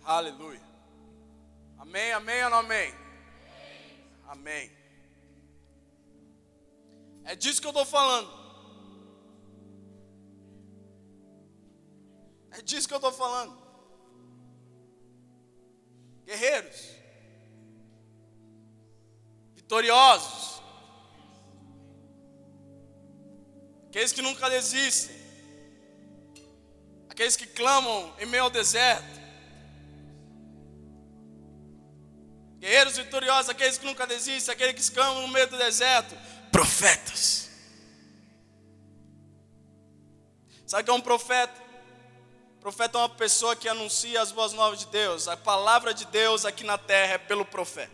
Aleluia. Amém, amém ou não amém? Amém. É disso que eu estou falando. É disso que eu estou falando. Guerreiros. Vitoriosos. Aqueles que nunca desistem. Aqueles que clamam em meio ao deserto. Guerreiros vitoriosos, aqueles que nunca desistem, aqueles que clamam no meio do deserto. Profetas. Sabe o que é um profeta? Profeta é uma pessoa que anuncia as boas novas de Deus. A palavra de Deus aqui na terra é pelo profeta.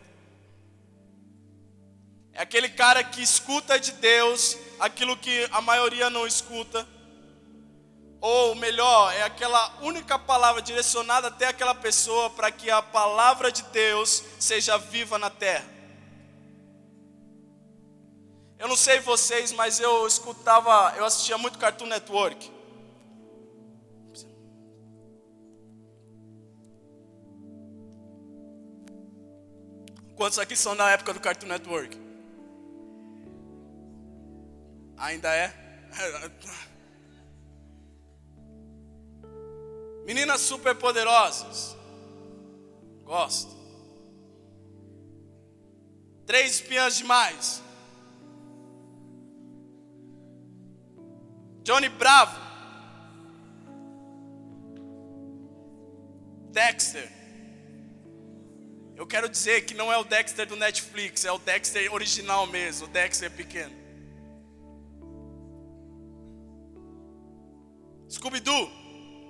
É aquele cara que escuta de Deus aquilo que a maioria não escuta. Ou melhor, é aquela única palavra direcionada até aquela pessoa para que a palavra de Deus seja viva na terra. Eu não sei vocês, mas eu assistia muito Cartoon Network. Quantos aqui são da época do Cartoon Network? Ainda é? Meninas superpoderosas. Gosto. 3 espiãs demais. Johnny Bravo. Dexter. Eu quero dizer que não é o Dexter do Netflix, é o Dexter original mesmo, o Dexter pequeno. Scooby-Doo.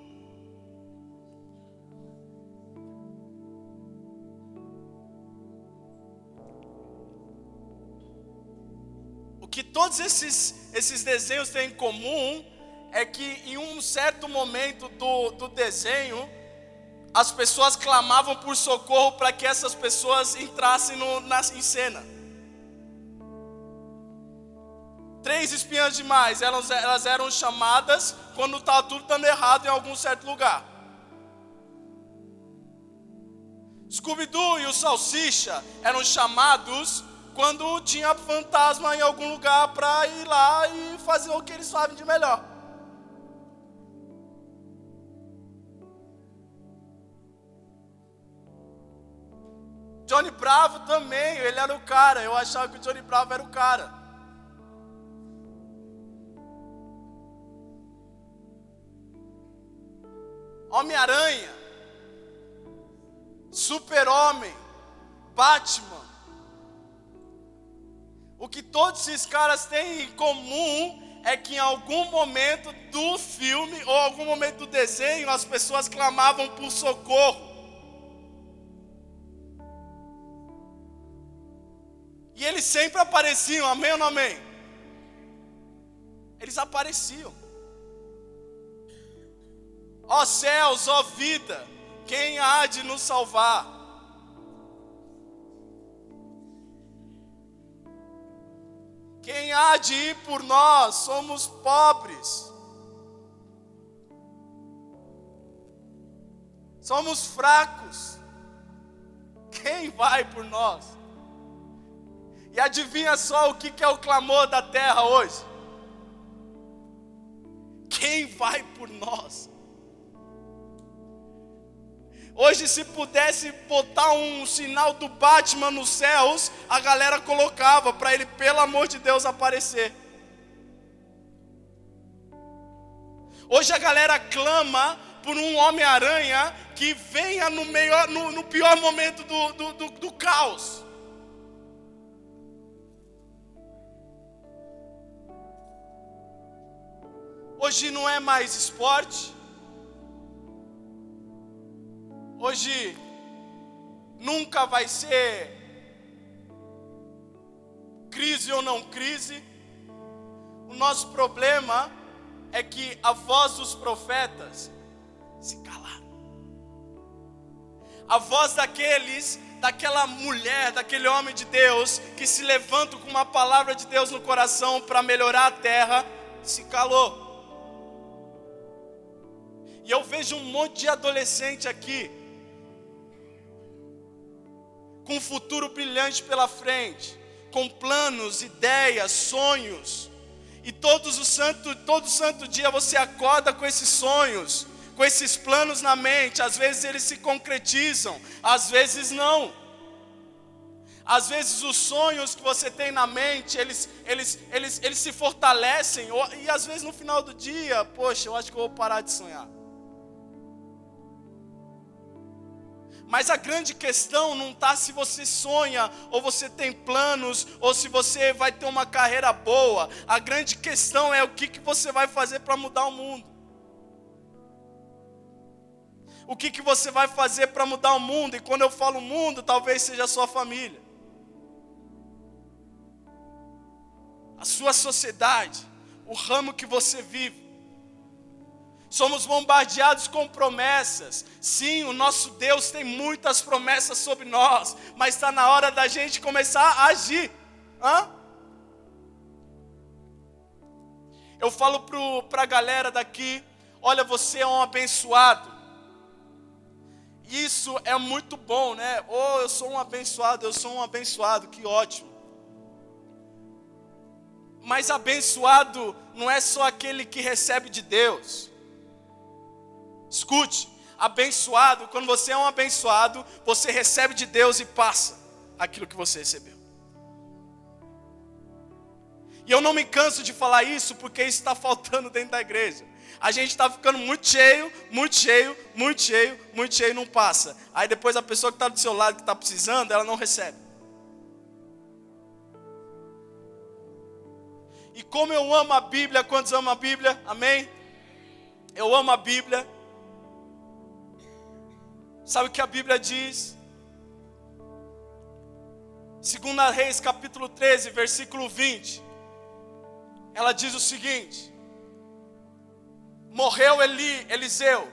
O que todos esses desenhos têm em comum é que em um certo momento do desenho, as pessoas clamavam por socorro para que essas pessoas entrassem em cena. 3 espiãs demais, elas eram chamadas quando estava tudo dando errado em algum certo lugar. Scooby-Doo e o Salsicha eram chamados quando tinha fantasma em algum lugar para ir lá e fazer o que eles fazem de melhor. Johnny Bravo também, ele era o cara. Eu achava que o Johnny Bravo era o cara. Homem-Aranha, Super-Homem, Batman. O que todos esses caras têm em comum é que em algum momento do filme ou algum momento do desenho as pessoas clamavam por socorro. E eles sempre apareciam, amém ou não amém? Eles apareciam. Ó céus, ó vida, quem há de nos salvar? Quem há de ir por nós? Somos pobres. Somos fracos. Quem vai por nós? E adivinha só o que é o clamor da terra hoje? Quem vai por nós? Hoje, se pudesse botar um sinal do Batman nos céus, a galera colocava para ele, pelo amor de Deus, aparecer. Hoje a galera clama por um Homem-Aranha que venha no pior momento do caos. Hoje não é mais esporte. Hoje nunca vai ser crise ou não crise. O nosso problema é que a voz dos profetas se calaram. A voz daquela mulher, daquele homem de Deus que se levanta com uma palavra de Deus no coração para melhorar a terra, se calou. E eu vejo um monte de adolescente aqui com um futuro brilhante pela frente, com planos, ideias, sonhos. E todo santo dia você acorda com esses sonhos, com esses planos na mente. Às vezes eles se concretizam, às vezes não. Às vezes os sonhos que você tem na mente, eles se fortalecem. E às vezes no final do dia, poxa, eu acho que eu vou parar de sonhar. Mas a grande questão não está se você sonha, ou você tem planos, ou se você vai ter uma carreira boa. A grande questão é o que você vai fazer para mudar o mundo. O que você vai fazer para mudar o mundo? E quando eu falo mundo, talvez seja a sua família. A sua sociedade, o ramo que você vive. Somos bombardeados com promessas. Sim, o nosso Deus tem muitas promessas sobre nós, mas está na hora da gente começar a agir. Eu falo para a galera daqui, olha, você é um abençoado. Isso é muito bom, né? Oh, eu sou um abençoado, que ótimo. Mas abençoado não é só aquele que recebe de Deus. Escute, abençoado, quando você é um abençoado, você recebe de Deus e passa aquilo que você recebeu. E eu não me canso de falar isso, porque isso está faltando dentro da igreja. A gente está ficando muito cheio, e não passa. Aí depois a pessoa que está do seu lado, que está precisando, ela não recebe. E como eu amo a Bíblia, quantos amam a Bíblia? Amém? Eu amo a Bíblia. Sabe o que a Bíblia diz? 2 Reis capítulo 13, versículo 20. Ela diz o seguinte: morreu Eliseu.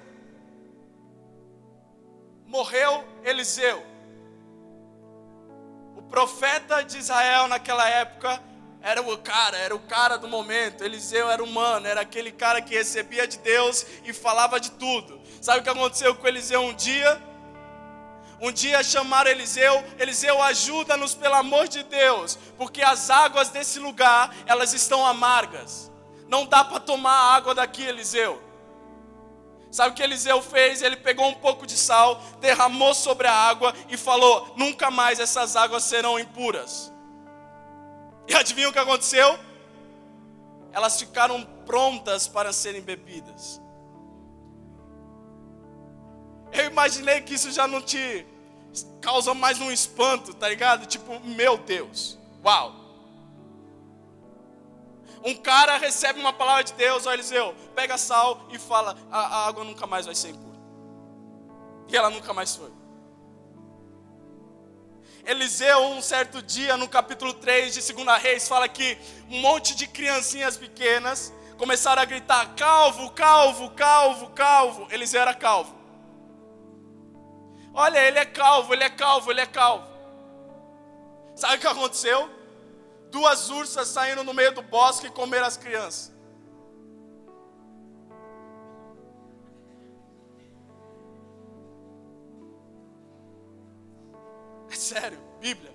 O profeta de Israel naquela época era o cara do momento. Eliseu era humano, era aquele cara que recebia de Deus e falava de tudo. Sabe o que aconteceu com Eliseu um dia? Um dia chamaram Eliseu, ajuda-nos pelo amor de Deus, porque as águas desse lugar, elas estão amargas. Não dá para tomar a água daqui, Eliseu. Sabe o que Eliseu fez? Ele pegou um pouco de sal, derramou sobre a água e falou: nunca mais essas águas serão impuras. E adivinha o que aconteceu? Elas ficaram prontas para serem bebidas. Eu imaginei que isso já não te causa mais um espanto, tá ligado? Tipo, meu Deus, uau. Um cara recebe uma palavra de Deus, ó Eliseu, pega sal e fala, a água nunca mais vai ser impura. E ela nunca mais foi. Eliseu, um certo dia, no capítulo 3 de 2 Reis, fala que um monte de criancinhas pequenas começaram a gritar, calvo, calvo, calvo, calvo. Eliseu era calvo. Olha, ele é calvo. Sabe o que aconteceu? 2 ursas saíram no meio do bosque e comeram as crianças. É sério, Bíblia.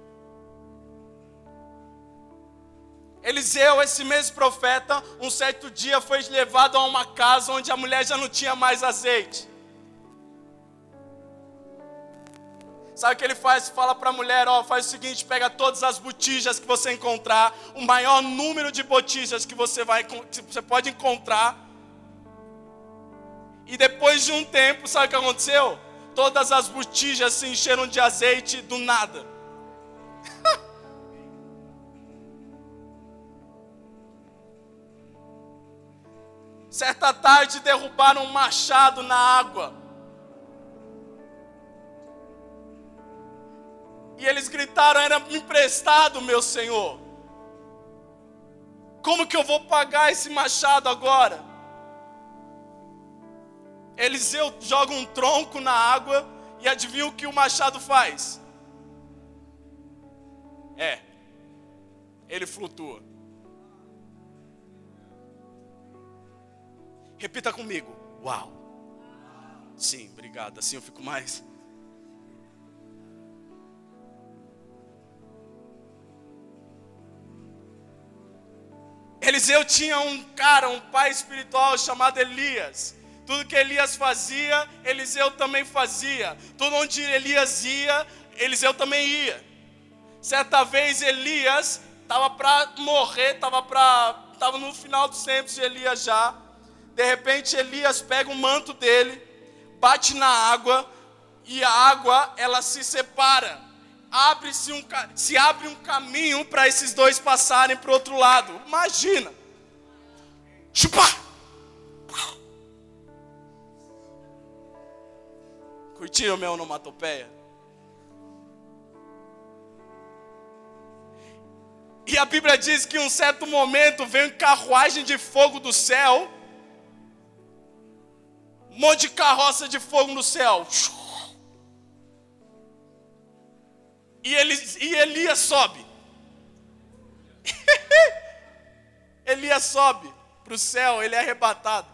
Eliseu, esse mesmo profeta, um certo dia foi levado a uma casa onde a mulher já não tinha mais azeite. Sabe o que ele faz? Fala para a mulher, faz o seguinte, pega todas as botijas que você encontrar, o maior número de botijas que você pode encontrar. E depois de um tempo, sabe o que aconteceu? Todas as botijas se encheram de azeite do nada. Certa tarde derrubaram um machado na água. E eles gritaram, era emprestado, meu senhor. Como que eu vou pagar esse machado agora? Eliseu joga um tronco na água e adivinha o que o machado faz? Ele flutua. Repita comigo. Uau. Sim, obrigado. Assim eu fico mais. Eliseu tinha um pai espiritual chamado Elias. Tudo que Elias fazia, Eliseu também fazia. Tudo onde Elias ia, Eliseu também ia. Certa vez Elias estava para morrer, estava no final dos tempos de Elias já. De repente Elias pega o manto dele, bate na água, e a água ela se separa. Se abre um caminho para esses dois passarem para o outro lado. Imagina. Chupa! Curtiram minha onomatopeia? E a Bíblia diz que em um certo momento veio carruagem de fogo do céu. Um monte de carroça de fogo no céu. E Elias sobe. Elias sobe para o céu, ele é arrebatado.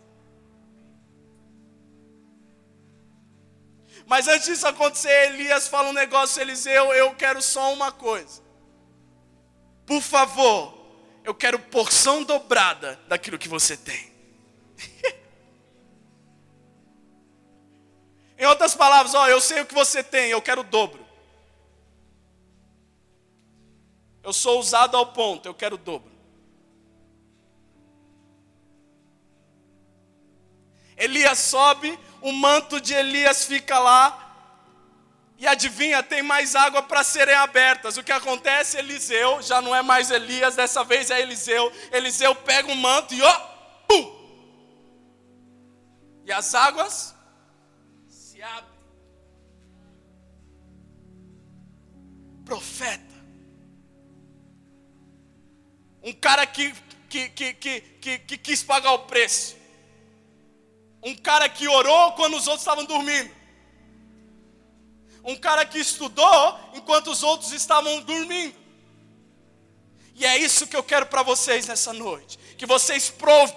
Mas antes disso acontecer, Elias fala um negócio, Eliseu, eu quero só uma coisa. Por favor, eu quero porção dobrada daquilo que você tem. Em outras palavras, eu sei o que você tem, eu quero o dobro. Eu sou usado ao ponto, eu quero o dobro. Elias sobe, o manto de Elias fica lá. E adivinha, tem mais água para serem abertas. O que acontece? Eliseu, já não é mais Elias, dessa vez é Eliseu. Eliseu pega o manto e pum! E as águas se abrem. Profeta. Um cara que quis pagar o preço. Um cara que orou quando os outros estavam dormindo. Um cara que estudou enquanto os outros estavam dormindo. E é isso que eu quero para vocês nessa noite. Que vocês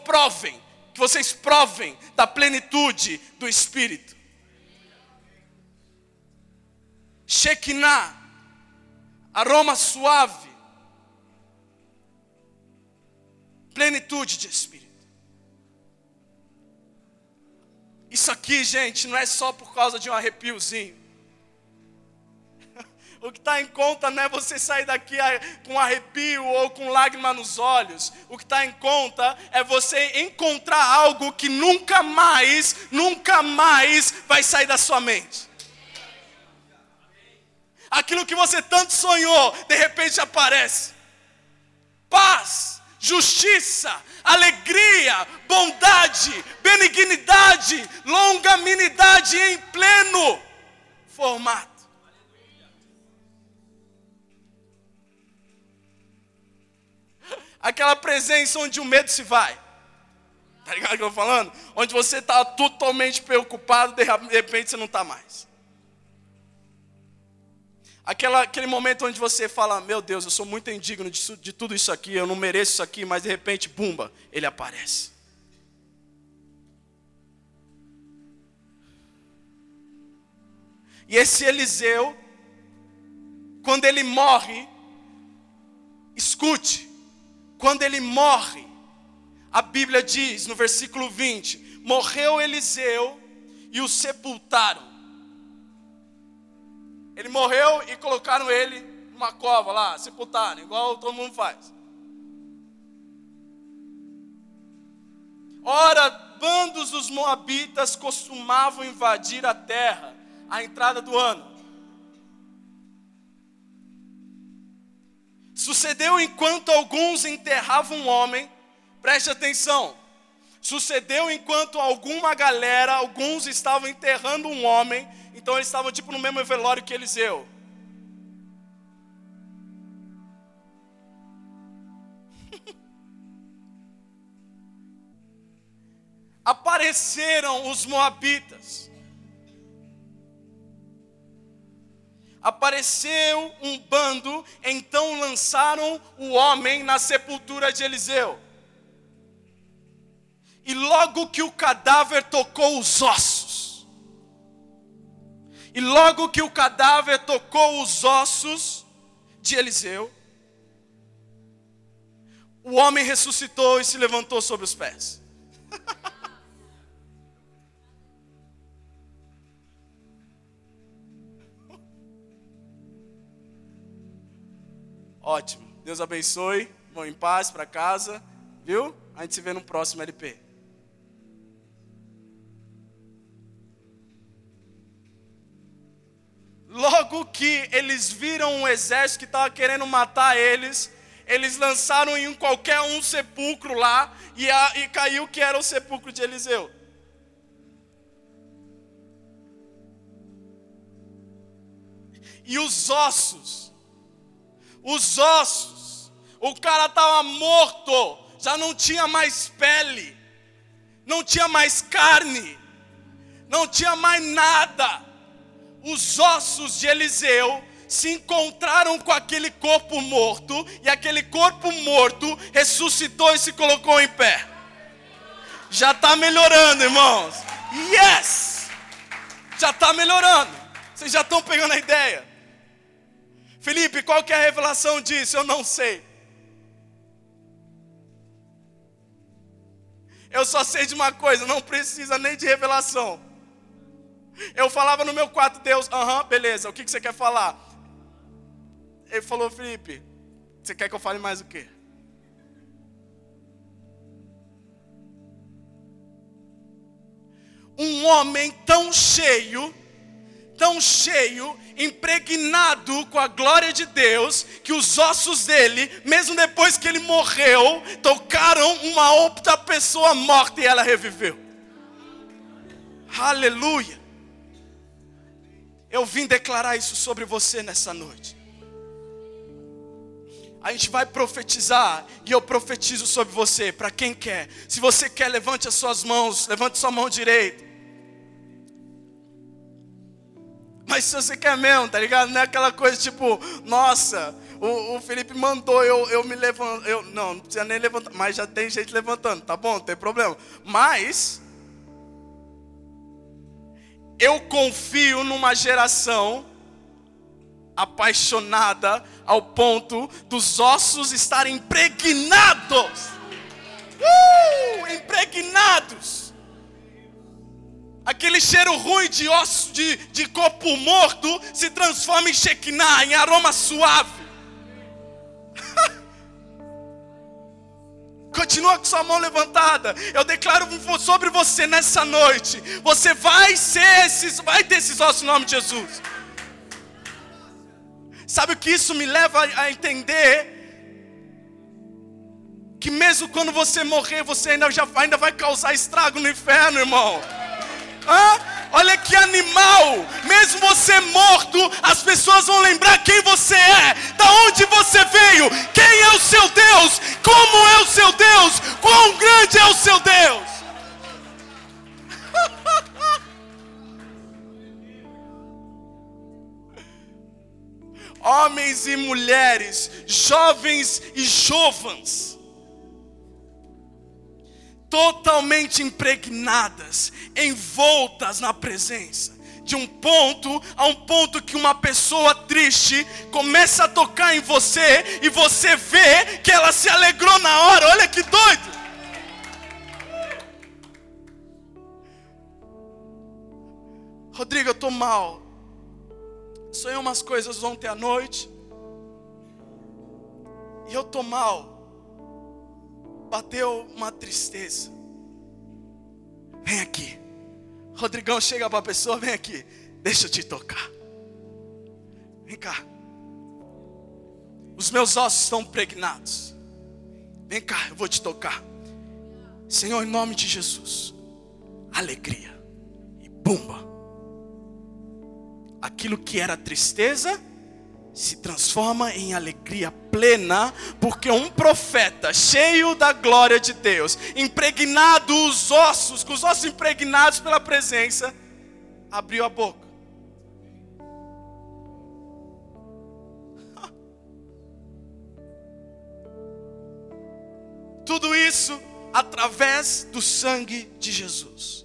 provem da plenitude do Espírito. Shekinah, aroma suave. Plenitude de Espírito. Isso aqui, gente, não é só por causa de um arrepiozinho. O que está em conta não é você sair daqui com arrepio ou com lágrima nos olhos. O que está em conta é você encontrar algo que nunca mais vai sair da sua mente. Aquilo que você tanto sonhou, de repente aparece. Paz, justiça, alegria, bondade, benignidade, longanimidade em pleno formato. Aquela presença onde o medo se vai. Tá ligado o que eu tô falando? Onde você está totalmente preocupado, de repente você não está mais. Aquele momento onde você fala, meu Deus, eu sou muito indigno de tudo isso aqui, eu não mereço isso aqui, mas de repente, bumba, ele aparece. E esse Eliseu, quando ele morre, escute, quando ele morre, a Bíblia diz no versículo 20, morreu Eliseu e o sepultaram. Ele morreu e colocaram ele numa cova lá, sepultaram, igual todo mundo faz. Ora, bandos dos moabitas costumavam invadir a terra, à entrada do ano. Sucedeu enquanto alguns enterravam um homem, preste atenção. Sucedeu enquanto alguns estavam enterrando um homem, então eles estavam tipo no mesmo velório que Eliseu. Apareceram os moabitas. Apareceu um bando, então lançaram o homem na sepultura de Eliseu. E logo que o cadáver tocou os ossos, de Eliseu, O homem ressuscitou e se levantou sobre os pés. Ótimo. Deus abençoe. Vão em paz para casa. Viu? A gente se vê no próximo LP. Logo que eles viram um exército que estava querendo matar eles, eles lançaram em qualquer um sepulcro lá e caiu que era o sepulcro de Eliseu. E os ossos, o cara estava morto, já não tinha mais pele, não tinha mais carne, não tinha mais nada. Os ossos de Eliseu se encontraram com aquele corpo morto, e aquele corpo morto ressuscitou e se colocou em pé. Já está melhorando, irmãos. Yes! Já está melhorando. Vocês já estão pegando a ideia? Felipe, qual que é a revelação disso? Eu não sei. Eu só sei de uma coisa, não precisa nem de revelação. Eu falava no meu quarto, Deus, beleza, o que você quer falar? Ele falou, Felipe, você quer que eu fale mais o quê? Um homem tão cheio, impregnado com a glória de Deus, que os ossos dele, mesmo depois que ele morreu, tocaram uma outra pessoa morta e ela reviveu. Aleluia. Eu vim declarar isso sobre você nessa noite. A gente vai profetizar, e eu profetizo sobre você, para quem quer. Se você quer, levante as suas mãos, levante sua mão direita. Mas se você quer mesmo, tá ligado? Não é aquela coisa tipo, nossa, o Felipe mandou eu me levantar. Não precisa nem levantar, mas já tem gente levantando, tá bom, não tem problema. Mas eu confio numa geração apaixonada ao ponto dos ossos estarem impregnados. Impregnados. Aquele cheiro ruim de osso, de corpo morto, se transforma em Shekinah, em aroma suave. Continua com sua mão levantada. Eu declaro sobre você nessa noite. Você vai ter esses ossos em nome de Jesus. Sabe o que isso me leva a entender? Que mesmo quando você morrer, você ainda vai causar estrago no inferno, irmão. Olha que animal. Mesmo você morto, as pessoas vão lembrar quem você é, da onde você veio, quem é o seu Deus, como é o seu Deus, quão grande é o seu Deus. Homens e mulheres, jovens e jovens, totalmente impregnadas, envoltas na presença, de um ponto a um ponto que uma pessoa triste começa a tocar em você e você vê que ela se alegrou na hora. Olha que doido! Rodrigo, eu estou mal. Sonhei umas coisas ontem à noite e eu estou mal. Bateu uma tristeza. Vem aqui. Rodrigão chega para a pessoa, vem aqui. Deixa eu te tocar. Vem cá. Os meus ossos estão impregnados. Vem cá, eu vou te tocar. Senhor, em nome de Jesus. Alegria. E pumba. Aquilo que era tristeza se transforma em alegria plena, porque um profeta cheio da glória de Deus, impregnado os ossos, com os ossos impregnados pela presença, abriu a boca. Tudo isso através do sangue de Jesus.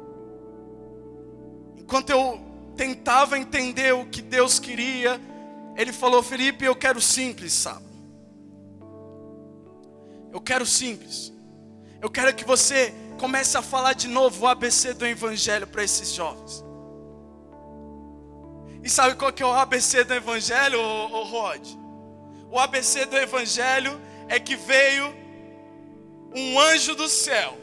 Enquanto eu tentava entender o que Deus queria, Ele falou: Felipe, eu quero simples, sabe? Eu quero simples. Eu quero que você comece a falar de novo o ABC do Evangelho para esses jovens. E sabe qual que é o ABC do Evangelho, Rod? O ABC do Evangelho é que veio um anjo do céu,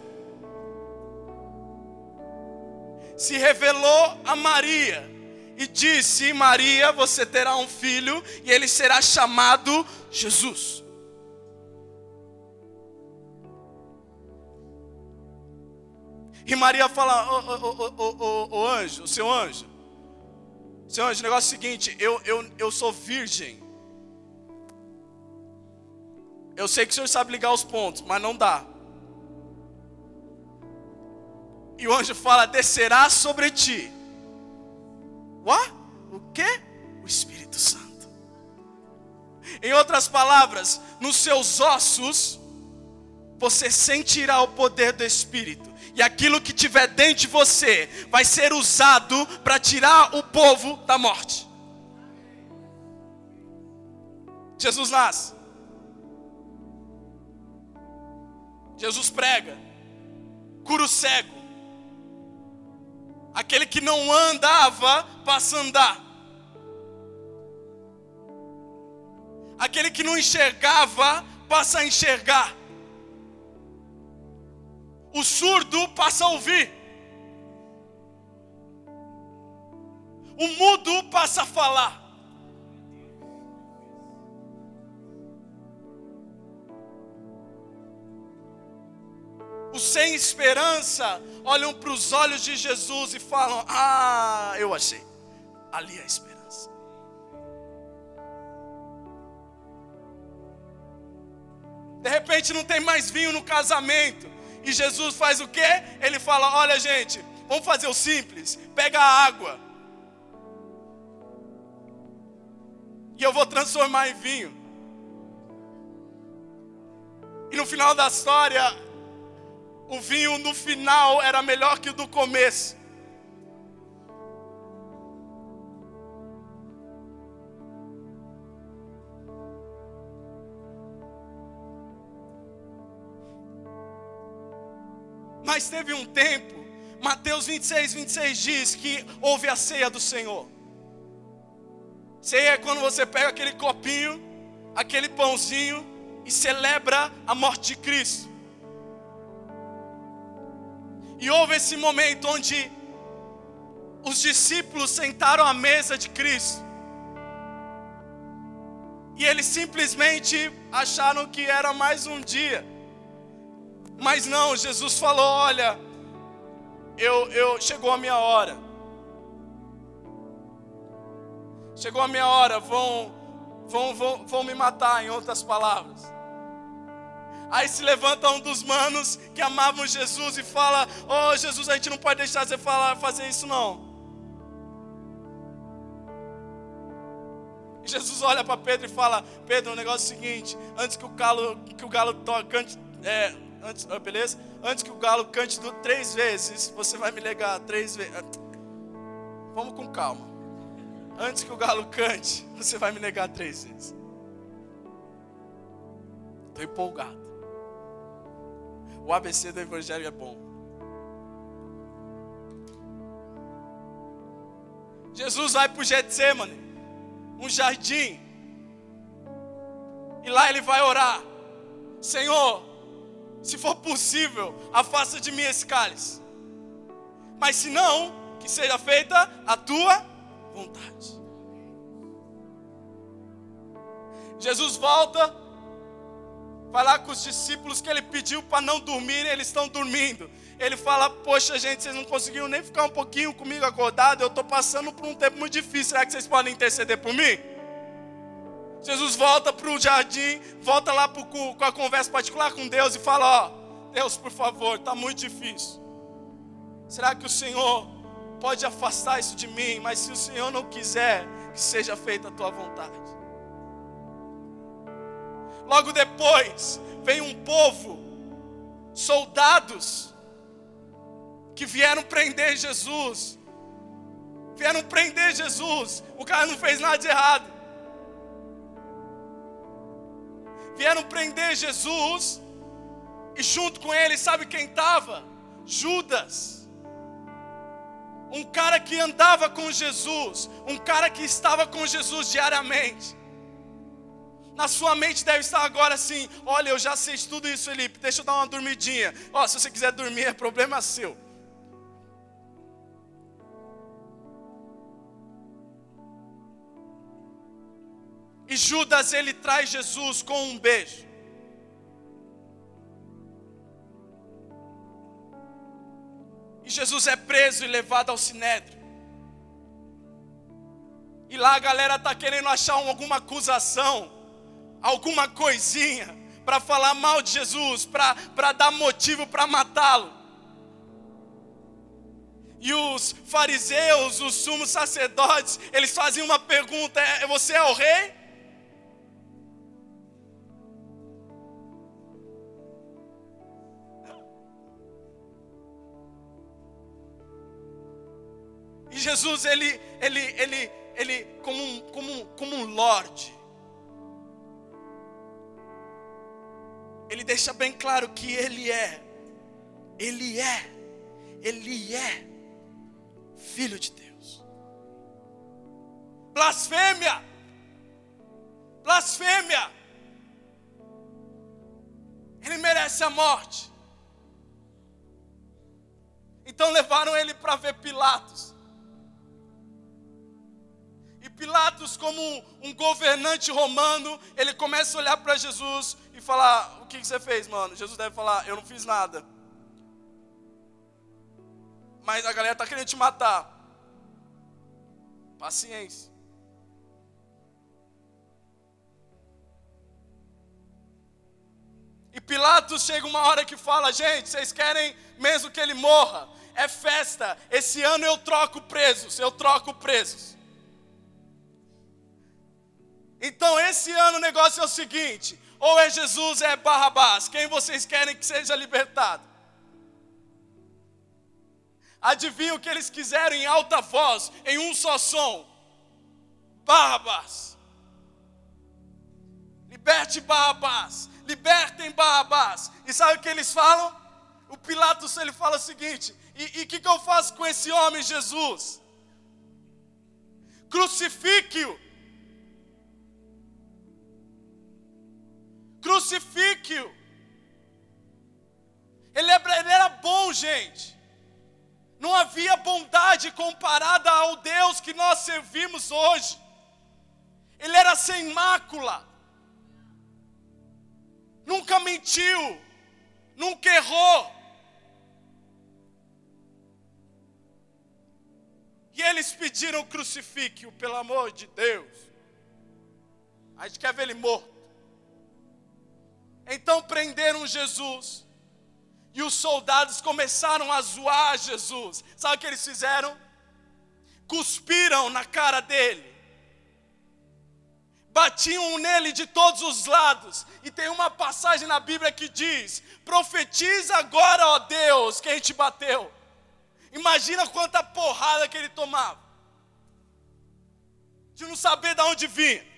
se revelou a Maria e disse: Maria, você terá um filho e ele será chamado Jesus. E Maria fala: o anjo, seu anjo, o negócio é o seguinte, eu sou virgem. Eu sei que o senhor sabe ligar os pontos, mas não dá. E o anjo fala: descerá sobre ti. O quê? O Espírito Santo. Em outras palavras, nos seus ossos, você sentirá o poder do Espírito. E aquilo que tiver dentro de você vai ser usado para tirar o povo da morte. Jesus nasce. Jesus prega. Cura o cego. Aquele que não andava passa a andar. Aquele que não enxergava passa a enxergar. O surdo passa a ouvir. O mudo passa a falar. Os sem esperança olham para os olhos de Jesus e falam: eu achei. Ali é a esperança. De repente não tem mais vinho no casamento. E Jesus faz o quê? Ele fala: olha, gente, vamos fazer o simples. Pega a água e eu vou transformar em vinho. E no final da história, o vinho no final era melhor que o do começo. Mas teve um tempo, Mateus 26 diz que houve a ceia do Senhor. Ceia é quando você pega aquele copinho, aquele pãozinho e celebra a morte de Cristo. E houve esse momento onde os discípulos sentaram à mesa de Cristo. E eles simplesmente acharam que era mais um dia. Mas não, Jesus falou: olha, chegou a minha hora. Chegou a minha hora, vão me matar, em outras palavras. Aí se levanta um dos manos que amavam Jesus e fala: Jesus, a gente não pode deixar você fazer isso não. E Jesus olha para Pedro e fala: Pedro, o negócio é o seguinte, antes que o galo cante, beleza? Antes que o galo cante 3 vezes, você vai me negar 3 vezes. Vamos com calma. Antes que o galo cante, você vai me negar 3 vezes. Estou empolgado. O ABC do Evangelho é bom. Jesus vai para o Getsemane, um jardim. E lá ele vai orar: Senhor, se for possível, afasta de mim esse cálice. Mas se não, que seja feita a tua vontade. Jesus volta, vai lá com os discípulos que ele pediu para não dormirem, eles estão dormindo. Ele fala: poxa, gente, vocês não conseguiram nem ficar um pouquinho comigo acordado, eu estou passando por um tempo muito difícil, será que vocês podem interceder por mim? Jesus volta para o jardim, volta lá com a conversa particular com Deus e fala: Deus, por favor, está muito difícil. Será que o Senhor pode afastar isso de mim? Mas se o Senhor não quiser, que seja feita a tua vontade. Logo depois, vem um povo, soldados, que vieram prender Jesus. O cara não fez nada de errado. Vieram prender Jesus. E junto com ele, sabe quem estava? Judas. Um cara que andava com Jesus. Um cara que estava com Jesus diariamente. Na sua mente deve estar agora assim: olha, eu já sei tudo isso, Felipe, deixa eu dar uma dormidinha. Se você quiser dormir, é problema seu. E Judas, ele traz Jesus com um beijo. E Jesus é preso e levado ao Sinédrio. E lá a galera está querendo achar alguma acusação, alguma coisinha, para falar mal de Jesus, para dar motivo para matá-lo. E os fariseus, os sumos sacerdotes, eles faziam uma pergunta: você é o rei? E Jesus, ele como um lorde, ele deixa bem claro que ele é Filho de Deus. Blasfêmia! Blasfêmia! Ele merece a morte. Então levaram ele para ver Pilatos. E Pilatos, como um governante romano, ele começa a olhar para Jesus e falar: o que você fez, mano? Jesus deve falar: eu não fiz nada. Mas a galera está querendo te matar. Paciência. E Pilatos chega uma hora que fala: gente, vocês querem mesmo que ele morra? É festa, esse ano eu troco presos. Então esse ano o negócio é o seguinte: ou é Jesus ou é Barrabás. Quem vocês querem que seja libertado? Adivinha o que eles quiseram em alta voz, em um só som? Barrabás. Liberte Barrabás. Libertem Barrabás. E sabe o que eles falam? O Pilatos, ele fala o seguinte: e o que eu faço com esse homem, Jesus? Crucifique-o. Crucifique-o. Ele era bom, gente. Não havia bondade comparada ao Deus que nós servimos hoje. Ele era sem mácula. Nunca mentiu. Nunca errou. E eles pediram: crucifique-o, pelo amor de Deus. A gente quer ver ele morto. Então prenderam Jesus. E os soldados começaram a zoar Jesus. Sabe o que eles fizeram? Cuspiram na cara dele. Batiam nele de todos os lados. E tem uma passagem na Bíblia que diz: profetiza agora, ó Deus, quem te bateu. Imagina quanta porrada que ele tomava. De não saber de onde vinha.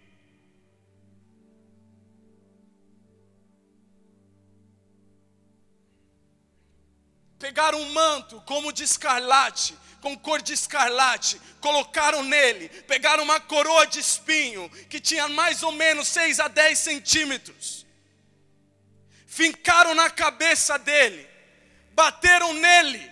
Pegaram um manto como de escarlate, com cor de escarlate, colocaram nele. Pegaram uma coroa de espinho, que tinha mais ou menos 6 a 10 centímetros. Fincaram na cabeça dele, bateram nele.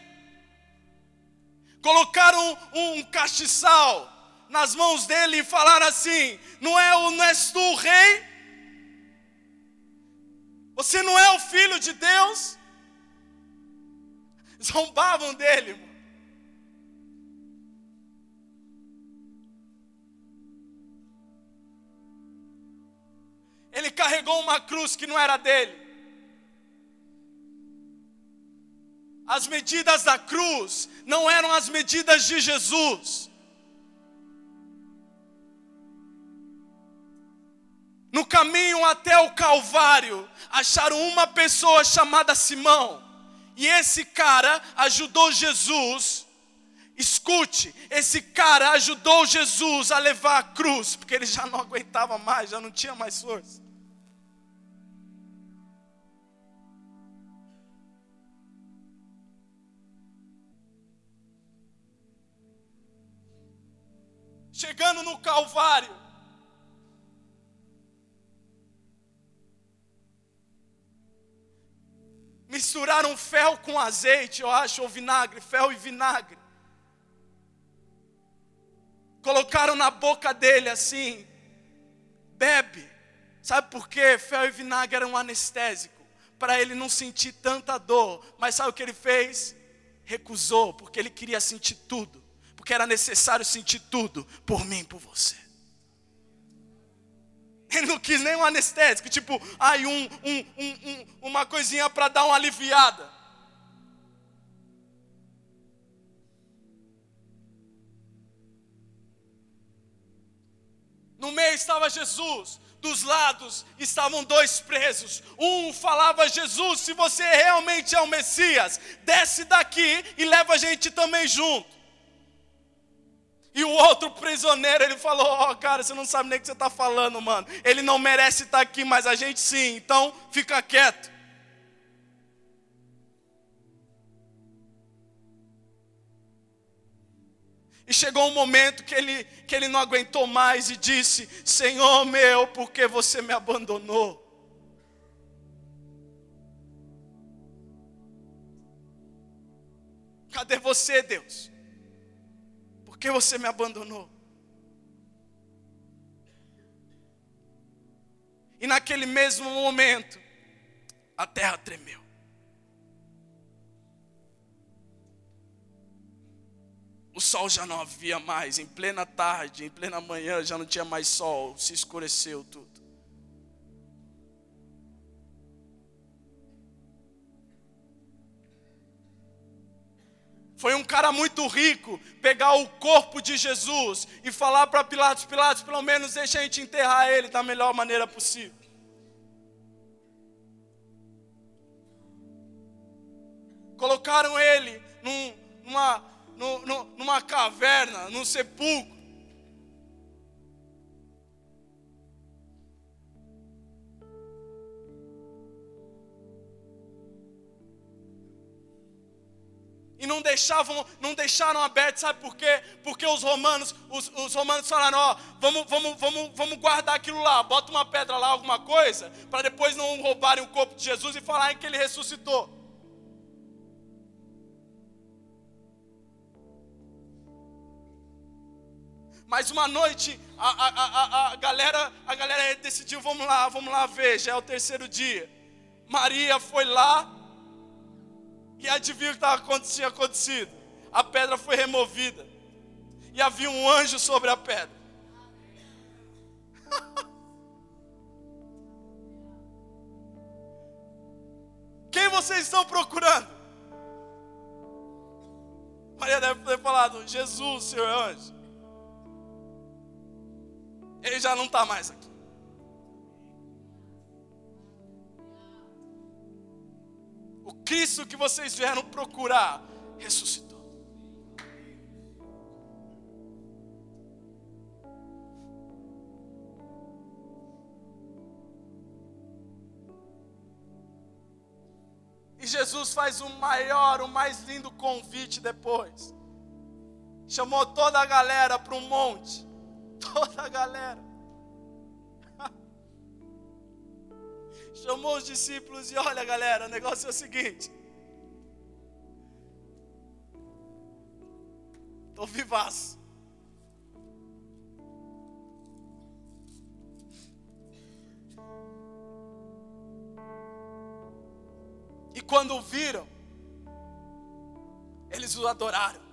Colocaram um castiçal nas mãos dele e falaram assim: não és tu o rei? Você não é o Filho de Deus? Zombavam dele, irmão. Ele carregou uma cruz que não era dele. As medidas da cruz não eram as medidas de Jesus. No caminho até o Calvário, acharam uma pessoa chamada Simão. E esse cara ajudou Jesus. Escute, esse cara ajudou Jesus a levar a cruz, porque ele já não aguentava mais, já não tinha mais força. chegando no Calvário, misturaram fel com azeite, eu acho, ou vinagre, fel e vinagre. Colocaram na boca dele assim, bebe. Sabe por quê? Fel e vinagre eram um anestésico, para ele não sentir tanta dor. Mas sabe o que ele fez? Recusou, porque ele queria sentir tudo. Porque era necessário sentir tudo, por mim e por você. Ele não quis nem um anestésico, tipo, uma coisinha para dar uma aliviada. No meio estava Jesus, dos lados estavam dois presos. Um falava: Jesus, se você realmente é o Messias, desce daqui e leva a gente também junto. E o outro prisioneiro, ele falou: cara, você não sabe nem o que você está falando, mano. Ele não merece estar aqui, mas a gente sim, então fica quieto. E chegou um momento que ele não aguentou mais e disse: Senhor meu, por que você me abandonou? Cadê você, Deus? Por que você me abandonou? E naquele mesmo momento, a terra tremeu. O sol já não havia mais, em plena tarde, em plena manhã, já não tinha mais sol, se escureceu tudo. Foi um cara muito rico pegar o corpo de Jesus e falar para Pilatos: Pilatos, pelo menos deixa a gente enterrar ele da melhor maneira possível. Colocaram ele numa caverna, num sepulcro. E não deixaram aberto, sabe por quê? Porque os romanos falaram: ó, vamos guardar aquilo lá, bota uma pedra lá, alguma coisa, para depois não roubarem o corpo de Jesus e falarem que ele ressuscitou. Mas uma noite, a galera decidiu: vamos lá ver, já é o terceiro dia. Maria foi lá, e adivinha o que tinha acontecido? A pedra foi removida, e havia um anjo sobre a pedra. Quem vocês estão procurando? Maria deve ter falado: Jesus, Senhor anjo. Ele já não está mais aqui. O Cristo que vocês vieram procurar ressuscitou. E Jesus faz o maior, o mais lindo convite depois. Chamou toda a galera para um monte. Toda a galera. Chamou os discípulos e: olha, galera, o negócio é o seguinte. Estou vivaço. E quando o viram, eles o adoraram.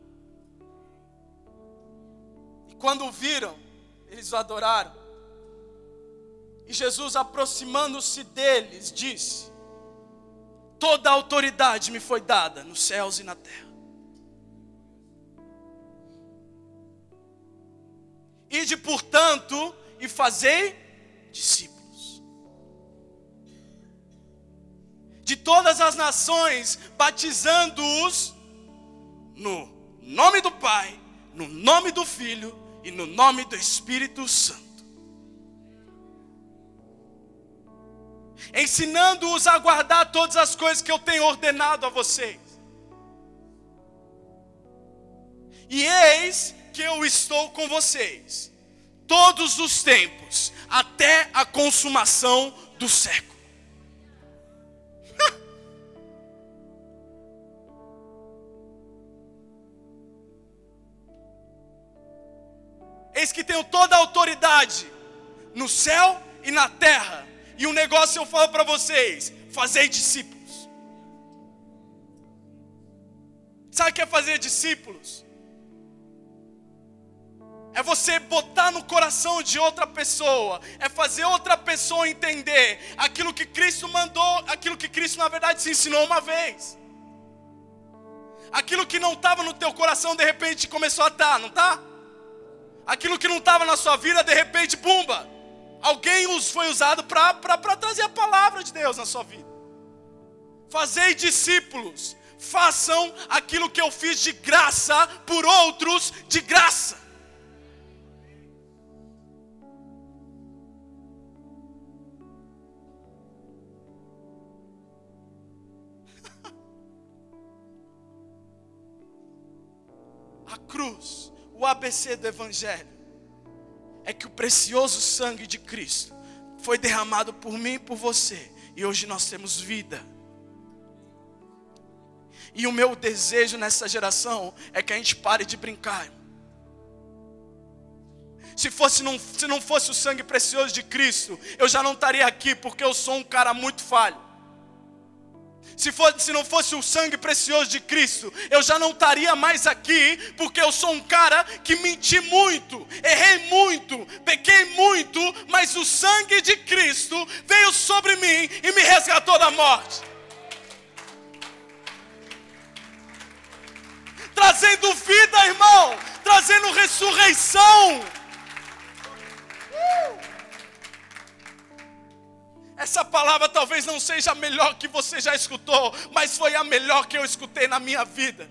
E quando o viram, eles o adoraram. E Jesus, aproximando-se deles, disse: toda a autoridade me foi dada nos céus e na terra. Ide, portanto, e fazei discípulos de todas as nações, batizando-os no nome do Pai, no nome do Filho e no nome do Espírito Santo, ensinando-os a guardar todas as coisas que eu tenho ordenado a vocês. E eis que eu estou com vocês todos os tempos, até a consumação do século. Eis que tenho toda a autoridade no céu e na terra. E um negócio eu falo para vocês: fazei discípulos. Sabe o que é fazer discípulos? É você botar no coração de outra pessoa, é fazer outra pessoa entender aquilo que Cristo mandou, aquilo que Cristo na verdade se ensinou uma vez. Aquilo que não estava no teu coração de repente começou a estar, não está? Aquilo que não estava na sua vida de repente, pumba, alguém foi usado para trazer a palavra de Deus na sua vida. Fazei discípulos, façam aquilo que eu fiz de graça por outros de graça. A cruz, o ABC do Evangelho, é que o precioso sangue de Cristo foi derramado por mim e por você, e hoje nós temos vida. E o meu desejo nessa geração é que a gente pare de brincar. Se não fosse o sangue precioso de Cristo, eu já não estaria aqui, porque eu sou um cara muito falho. Se não fosse o sangue precioso de Cristo, eu já não estaria mais aqui, porque eu sou um cara que menti muito, errei muito, pequei muito, mas o sangue de Cristo veio sobre mim e me resgatou da morte. Trazendo vida, irmão, trazendo ressurreição. Essa palavra talvez não seja a melhor que você já escutou, mas foi a melhor que eu escutei na minha vida.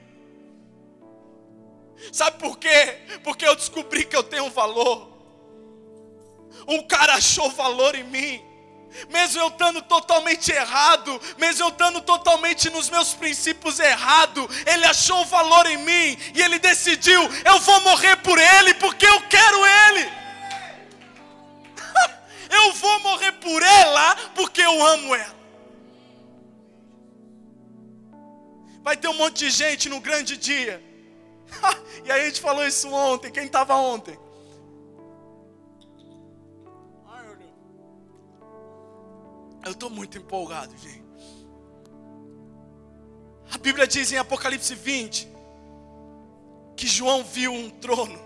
Sabe por quê? Porque eu descobri que eu tenho valor. Um cara achou valor em mim, mesmo eu estando totalmente errado, mesmo eu estando totalmente nos meus princípios errado, ele achou valor em mim e ele decidiu: eu vou morrer por ele porque eu quero ele. Eu vou morrer por ela porque eu amo ela. Vai ter um monte de gente no grande dia. E aí a gente falou isso ontem. Quem estava ontem? Ai, meu Deus. Eu estou muito empolgado, gente. A Bíblia diz em Apocalipse 20 que João viu um trono.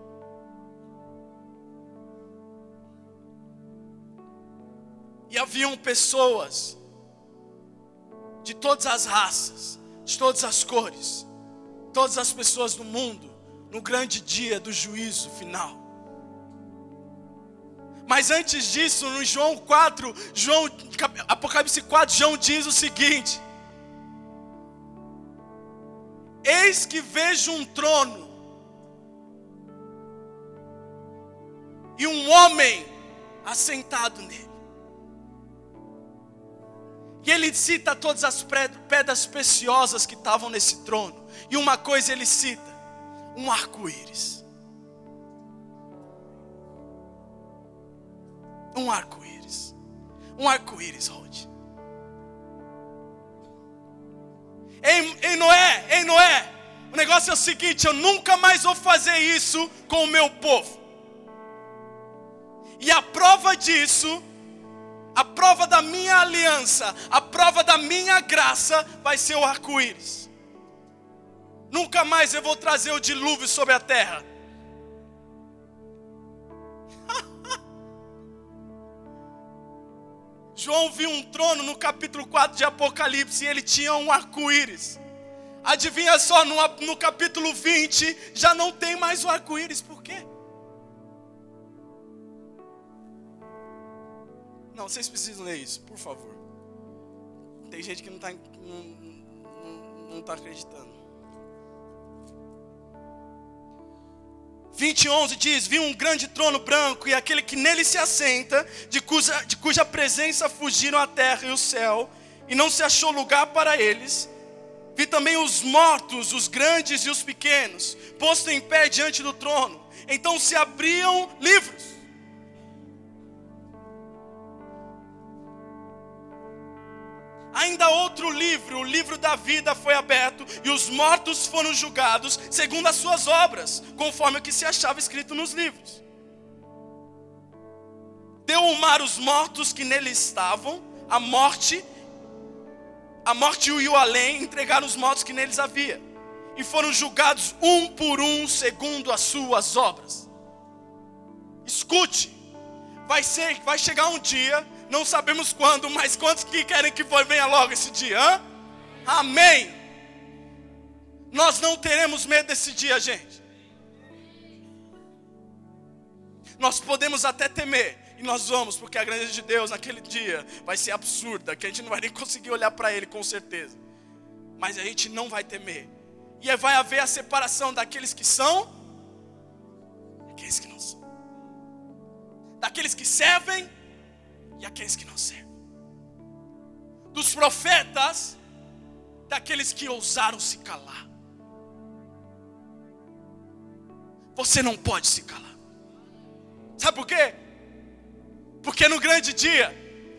E haviam pessoas de todas as raças, de todas as cores, todas as pessoas do mundo, no grande dia do juízo final. Mas antes disso, no Apocalipse 4, João diz o seguinte: eis que vejo um trono e um homem assentado nele. E ele cita todas as pedras preciosas que estavam nesse trono. E uma coisa ele cita: um arco-íris. Um arco-íris. Um arco-íris, Rod. Ei Noé, o negócio é o seguinte: eu nunca mais vou fazer isso com o meu povo. E a prova disso, a prova da minha aliança, a prova da minha graça vai ser o arco-íris. Nunca mais eu vou trazer o dilúvio sobre a terra. João viu um trono no capítulo 4 de Apocalipse e ele tinha um arco-íris. Adivinha só, no capítulo 20 já não tem mais o arco-íris. Por quê? Não, vocês precisam ler isso, por favor. Tem gente que não está acreditando. 20:11 diz: vi um grande trono branco e aquele que nele se assenta, de cuja presença fugiram a terra e o céu, e não se achou lugar para eles. Vi também os mortos, os grandes e os pequenos, posto em pé diante do trono. Então se abriam livros. Ainda outro livro, o livro da vida, foi aberto, e os mortos foram julgados segundo as suas obras, conforme o que se achava escrito nos livros. Deu o mar os mortos que nele estavam, a morte e o além entregaram os mortos que neles havia, e foram julgados um por um segundo as suas obras. Escute, vai chegar um dia, não sabemos quando, mas quantos que querem que venha logo esse dia? Hein? Amém. Nós não teremos medo desse dia, gente. Nós podemos até temer, e nós vamos, porque a grandeza de Deus naquele dia vai ser absurda, que a gente não vai nem conseguir olhar para Ele com certeza. Mas a gente não vai temer. E vai haver a separação daqueles que são, daqueles que não são. Daqueles que servem e aqueles que não servem. Dos profetas, daqueles que ousaram se calar. Você não pode se calar. Sabe por quê? Porque no grande dia,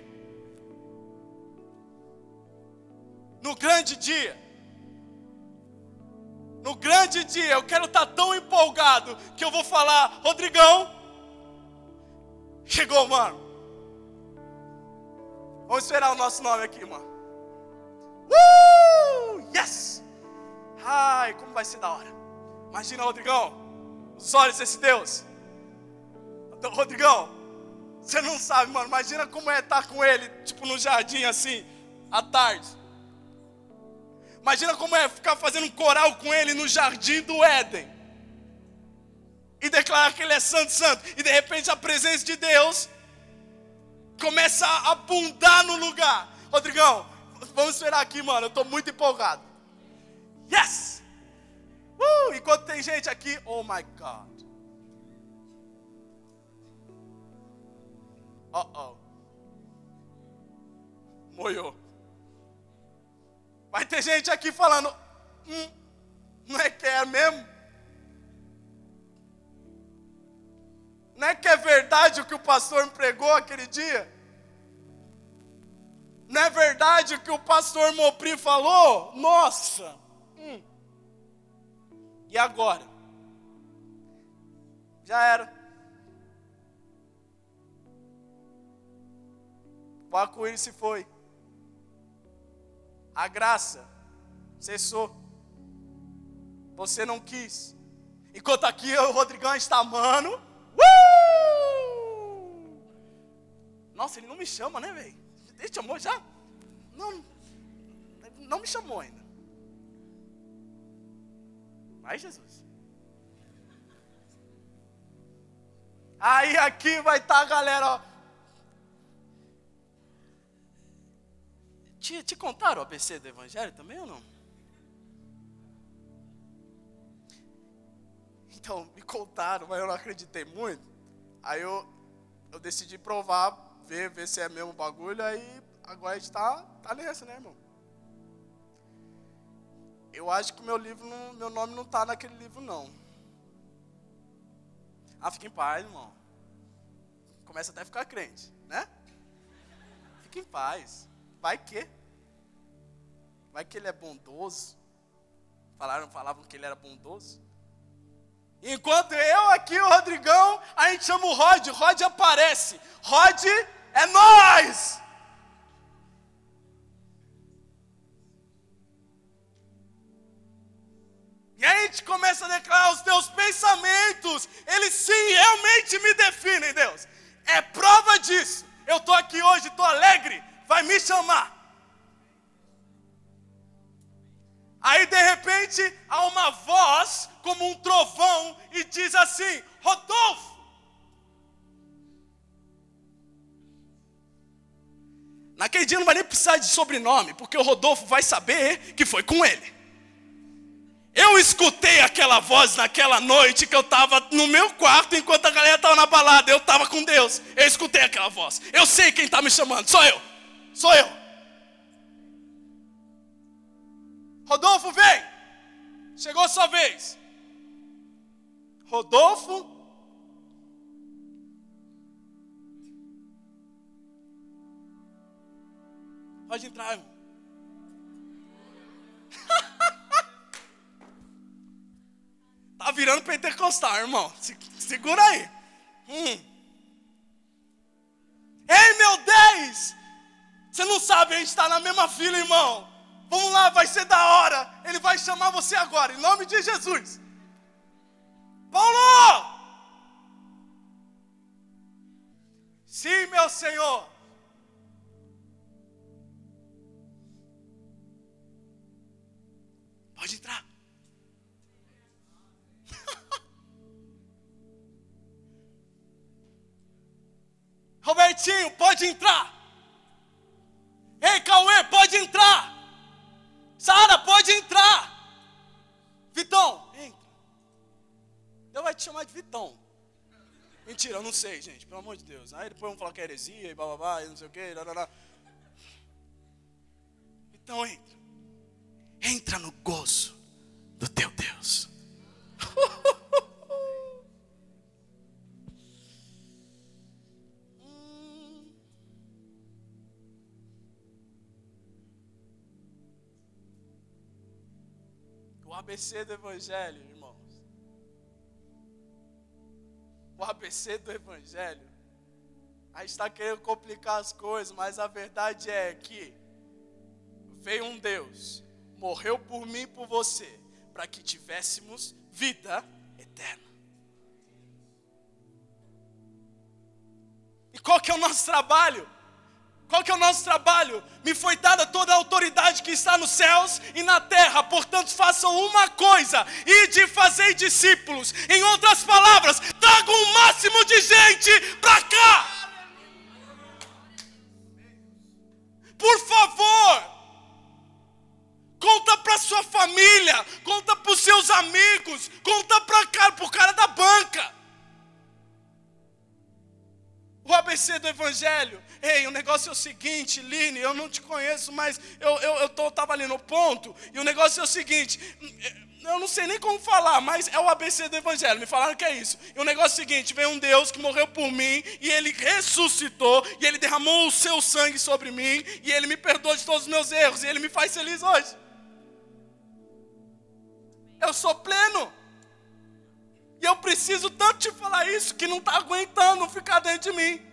eu quero estar tão empolgado que eu vou falar: Rodrigão, chegou, mano. Vamos esperar o nosso nome aqui, mano. Yes! Ai, como vai ser da hora. Imagina, Rodrigão, os olhos desse Deus. Rodrigão, você não sabe, mano. Imagina como é estar com ele, tipo no jardim assim, à tarde. Imagina como é ficar fazendo um coral com ele no jardim do Éden. E declarar que ele é santo, santo. E de repente a presença de Deus começa a abundar no lugar. Rodrigão, vamos esperar aqui, mano. Eu estou muito empolgado. Yes! Enquanto tem gente aqui, oh my God. Moiou. Vai ter gente aqui falando, não é que é mesmo? Não é que é verdade o que o pastor me pregou aquele dia? Não é verdade o que o pastor Mopri falou? Nossa! E agora? Já era. O arco-íris se foi. A graça cessou. Você não quis. Enquanto aqui o Rodrigão está amando. Nossa, ele não me chama, né, velho? Ele chamou já? Não me chamou ainda. Vai, Jesus. Aí aqui vai estar a galera, ó. Te contaram o ABC do Evangelho também ou não? Então, me contaram, mas eu não acreditei muito. Aí eu decidi provar, ver se é mesmo o bagulho. Aí agora a gente tá nessa, né, irmão? Eu acho que meu nome não tá naquele livro, não. Fica em paz, irmão. Começa até a ficar crente, né? Fica em paz. Vai que ele é bondoso. Falavam que ele era bondoso. Enquanto eu aqui, o Rodrigão, a gente chama o Rod. Rod aparece. Rod é nós. E aí a gente começa a declarar os teus pensamentos. Eles sim, realmente me definem, Deus. É prova disso. Eu estou aqui hoje, estou alegre. Vai me chamar. Aí de repente há uma voz como um trovão e diz assim: Rodolfo. Naquele dia não vai nem precisar de sobrenome, porque o Rodolfo vai saber que foi com ele. Eu escutei aquela voz naquela noite que eu estava no meu quarto enquanto a galera estava na balada. Eu estava com Deus. Eu escutei aquela voz. Eu sei quem está me chamando. Sou eu. Rodolfo, vem! Chegou a sua vez. Rodolfo. Pode entrar, irmão. Tá virando pentecostal, irmão. Segura aí. Ei, meu 10! Você não sabe, a gente está na mesma fila, irmão. Vamos lá, vai ser da hora. Ele vai chamar você agora, em nome de Jesus. Paulo! Sim, meu Senhor. Pode entrar. Robertinho, pode entrar. Ei, Cauê, pode entrar. Sara, pode entrar. Vitão, entra. Deus vai te chamar de Vitão. Mentira, eu não sei, gente, pelo amor de Deus. Aí depois vão falar que é heresia e bababá e não sei o que. Então entra. Entra no gozo do teu Deus. O ABC do Evangelho, irmãos. O ABC do Evangelho. A gente está querendo complicar as coisas, mas a verdade é que veio um Deus, morreu por mim e por você, para que tivéssemos vida eterna. E qual que é o nosso trabalho? Qual que é o nosso trabalho? Me foi dada toda a autoridade que está nos céus e na terra. Portanto, façam uma coisa: ide fazer discípulos. Em outras palavras, tragam o máximo de gente para cá. Por favor, conta para sua família, conta para os seus amigos, conta para o cara da banca. O ABC do Evangelho. Ei, o negócio é o seguinte, Line, eu não te conheço, mas eu estava ali no ponto. E o negócio é o seguinte, eu não sei nem como falar, mas é o ABC do Evangelho. Me falaram que é isso. E o negócio é o seguinte, veio um Deus que morreu por mim, e Ele ressuscitou, e Ele derramou o seu sangue sobre mim, e Ele me perdoou de todos os meus erros, e Ele me faz feliz hoje. Eu sou pleno. E eu preciso tanto te falar isso que não está aguentando ficar dentro de mim.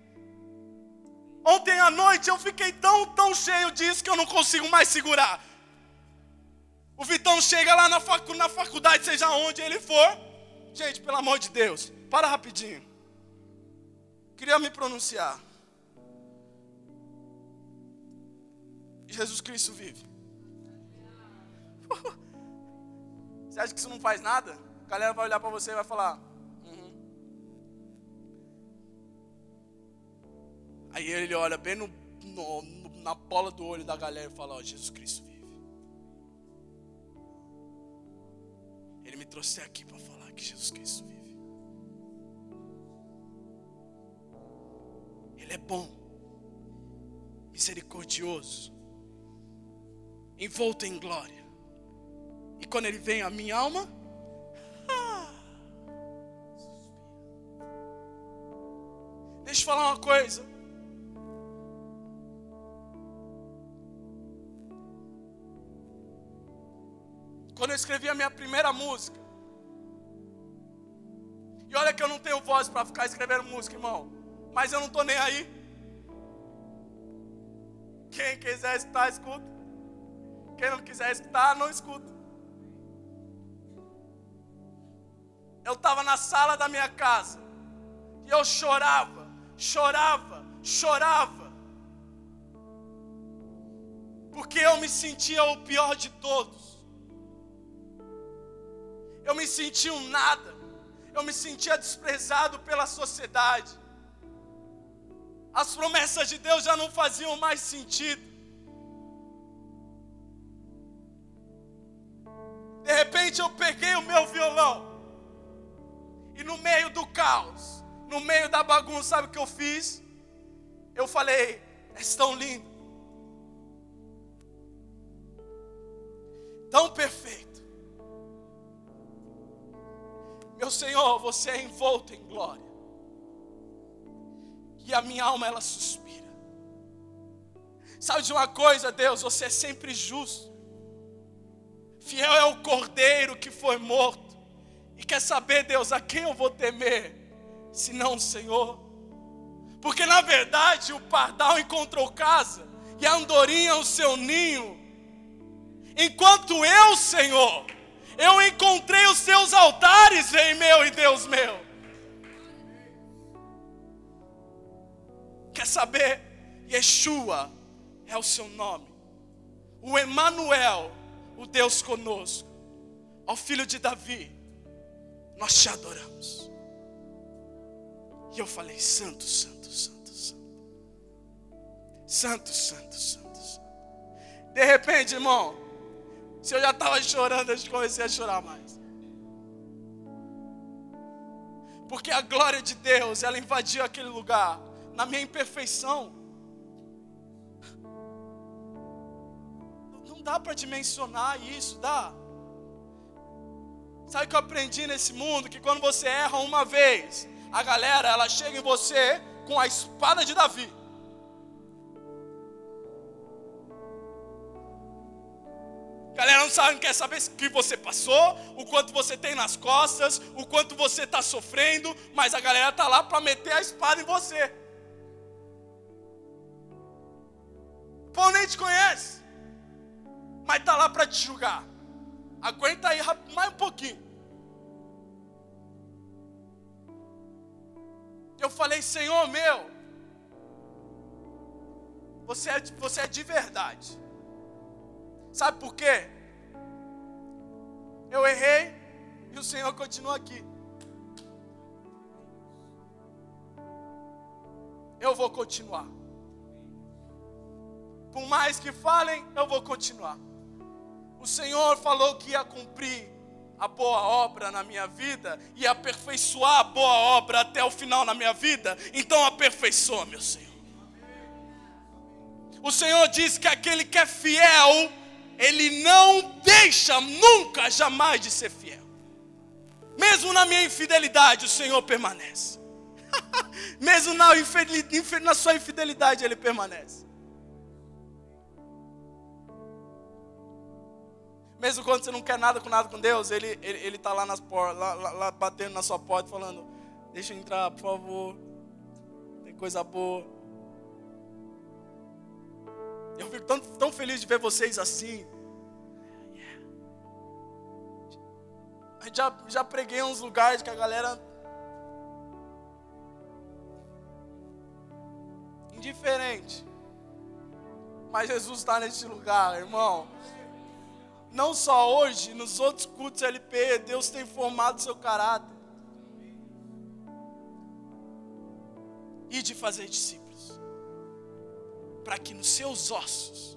Ontem à noite eu fiquei tão cheio disso que eu não consigo mais segurar. O Vitão chega lá na faculdade, seja onde ele for. Gente, pelo amor de Deus, para rapidinho. Queria me pronunciar. Jesus Cristo vive. Você acha que isso não faz nada? A galera vai olhar para você e vai falar. Aí ele olha bem na bola do olho da galera e fala: ó, Jesus Cristo vive. Ele me trouxe aqui para falar que Jesus Cristo vive. Ele é bom, misericordioso, envolto em glória. E quando ele vem, a minha alma deixa eu falar uma coisa. Quando eu escrevi a minha primeira música, e olha que eu não tenho voz para ficar escrevendo música, irmão, mas eu não estou nem aí. Quem quiser escutar, escuta. Quem não quiser escutar, não escuta. Eu estava na sala da minha casa, e eu chorava, porque eu me sentia o pior de todos. Eu me sentia um nada. Eu me sentia desprezado pela sociedade. As promessas de Deus já não faziam mais sentido. De repente eu peguei o meu violão. E no meio do caos, no meio da bagunça, sabe o que eu fiz? Eu falei: és tão lindo. tão perfeito. Meu Senhor, você é envolto em glória. E a minha alma, ela suspira. Sabe de uma coisa, Deus? Você é sempre justo. Fiel é o cordeiro que foi morto. E quer saber, Deus, a quem eu vou temer, senão o Senhor? Porque na verdade o pardal encontrou casa e a andorinha o seu ninho. Enquanto eu, Senhor, eu encontrei os teus altares, Rei meu e Deus meu. Quer saber? Yeshua é o seu nome. O Emanuel, o Deus conosco. Ó Filho de Davi, nós te adoramos. E eu falei, santo, santo, santo, santo. Santo, santo, santo, santo. De repente, irmão, se eu já estava chorando, eu comecei a chorar mais. Porque a glória de Deus, ela invadiu aquele lugar, na minha imperfeição. Não dá para dimensionar isso, dá? Sabe o que eu aprendi nesse mundo? Que quando você erra uma vez, a galera, ela chega em você com a espada de Davi. A galera não sabe, não quer saber o que você passou, o quanto você tem nas costas, o quanto você está sofrendo, mas a galera está lá para meter a espada em você. O povo nem te conhece, mas está lá para te julgar. Aguenta aí mais um pouquinho. Eu falei, Senhor meu, você é de verdade. Sabe por quê? Eu errei e o Senhor continua aqui. Eu vou continuar. Por mais que falem, eu vou continuar. O Senhor falou que ia cumprir a boa obra na minha vida e aperfeiçoar a boa obra até o final na minha vida. Então aperfeiçoa, meu Senhor. O Senhor diz que aquele que é fiel, Ele não deixa nunca, jamais de ser fiel. Mesmo na minha infidelidade, o Senhor permanece. Mesmo na sua infidelidade, Ele permanece. Mesmo quando você não quer nada com Deus, Ele está lá nas portas, lá batendo na sua porta, falando, deixa eu entrar, por favor. Tem coisa boa. Eu fico tão feliz de ver vocês assim. Já preguei em uns lugares que a galera indiferente. Mas Jesus está nesse lugar, irmão. Não só hoje, nos outros cultos LP, Deus tem formado o seu caráter. E de fazer discípulos. Para que nos seus ossos,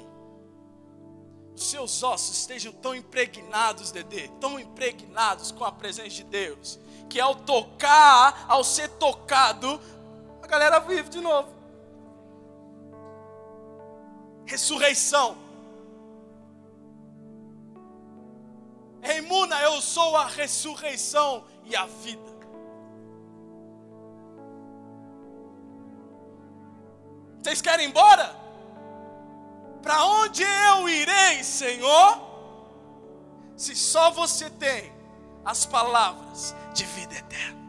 os seus ossos estejam tão impregnados, Dedê, tão impregnados com a presença de Deus, que ao tocar, ao ser tocado, a galera vive de novo. Ressurreição. Emuna, eu sou a ressurreição e a vida. Vocês querem ir embora? Para onde eu irei, Senhor? Se só você tem as palavras de vida eterna.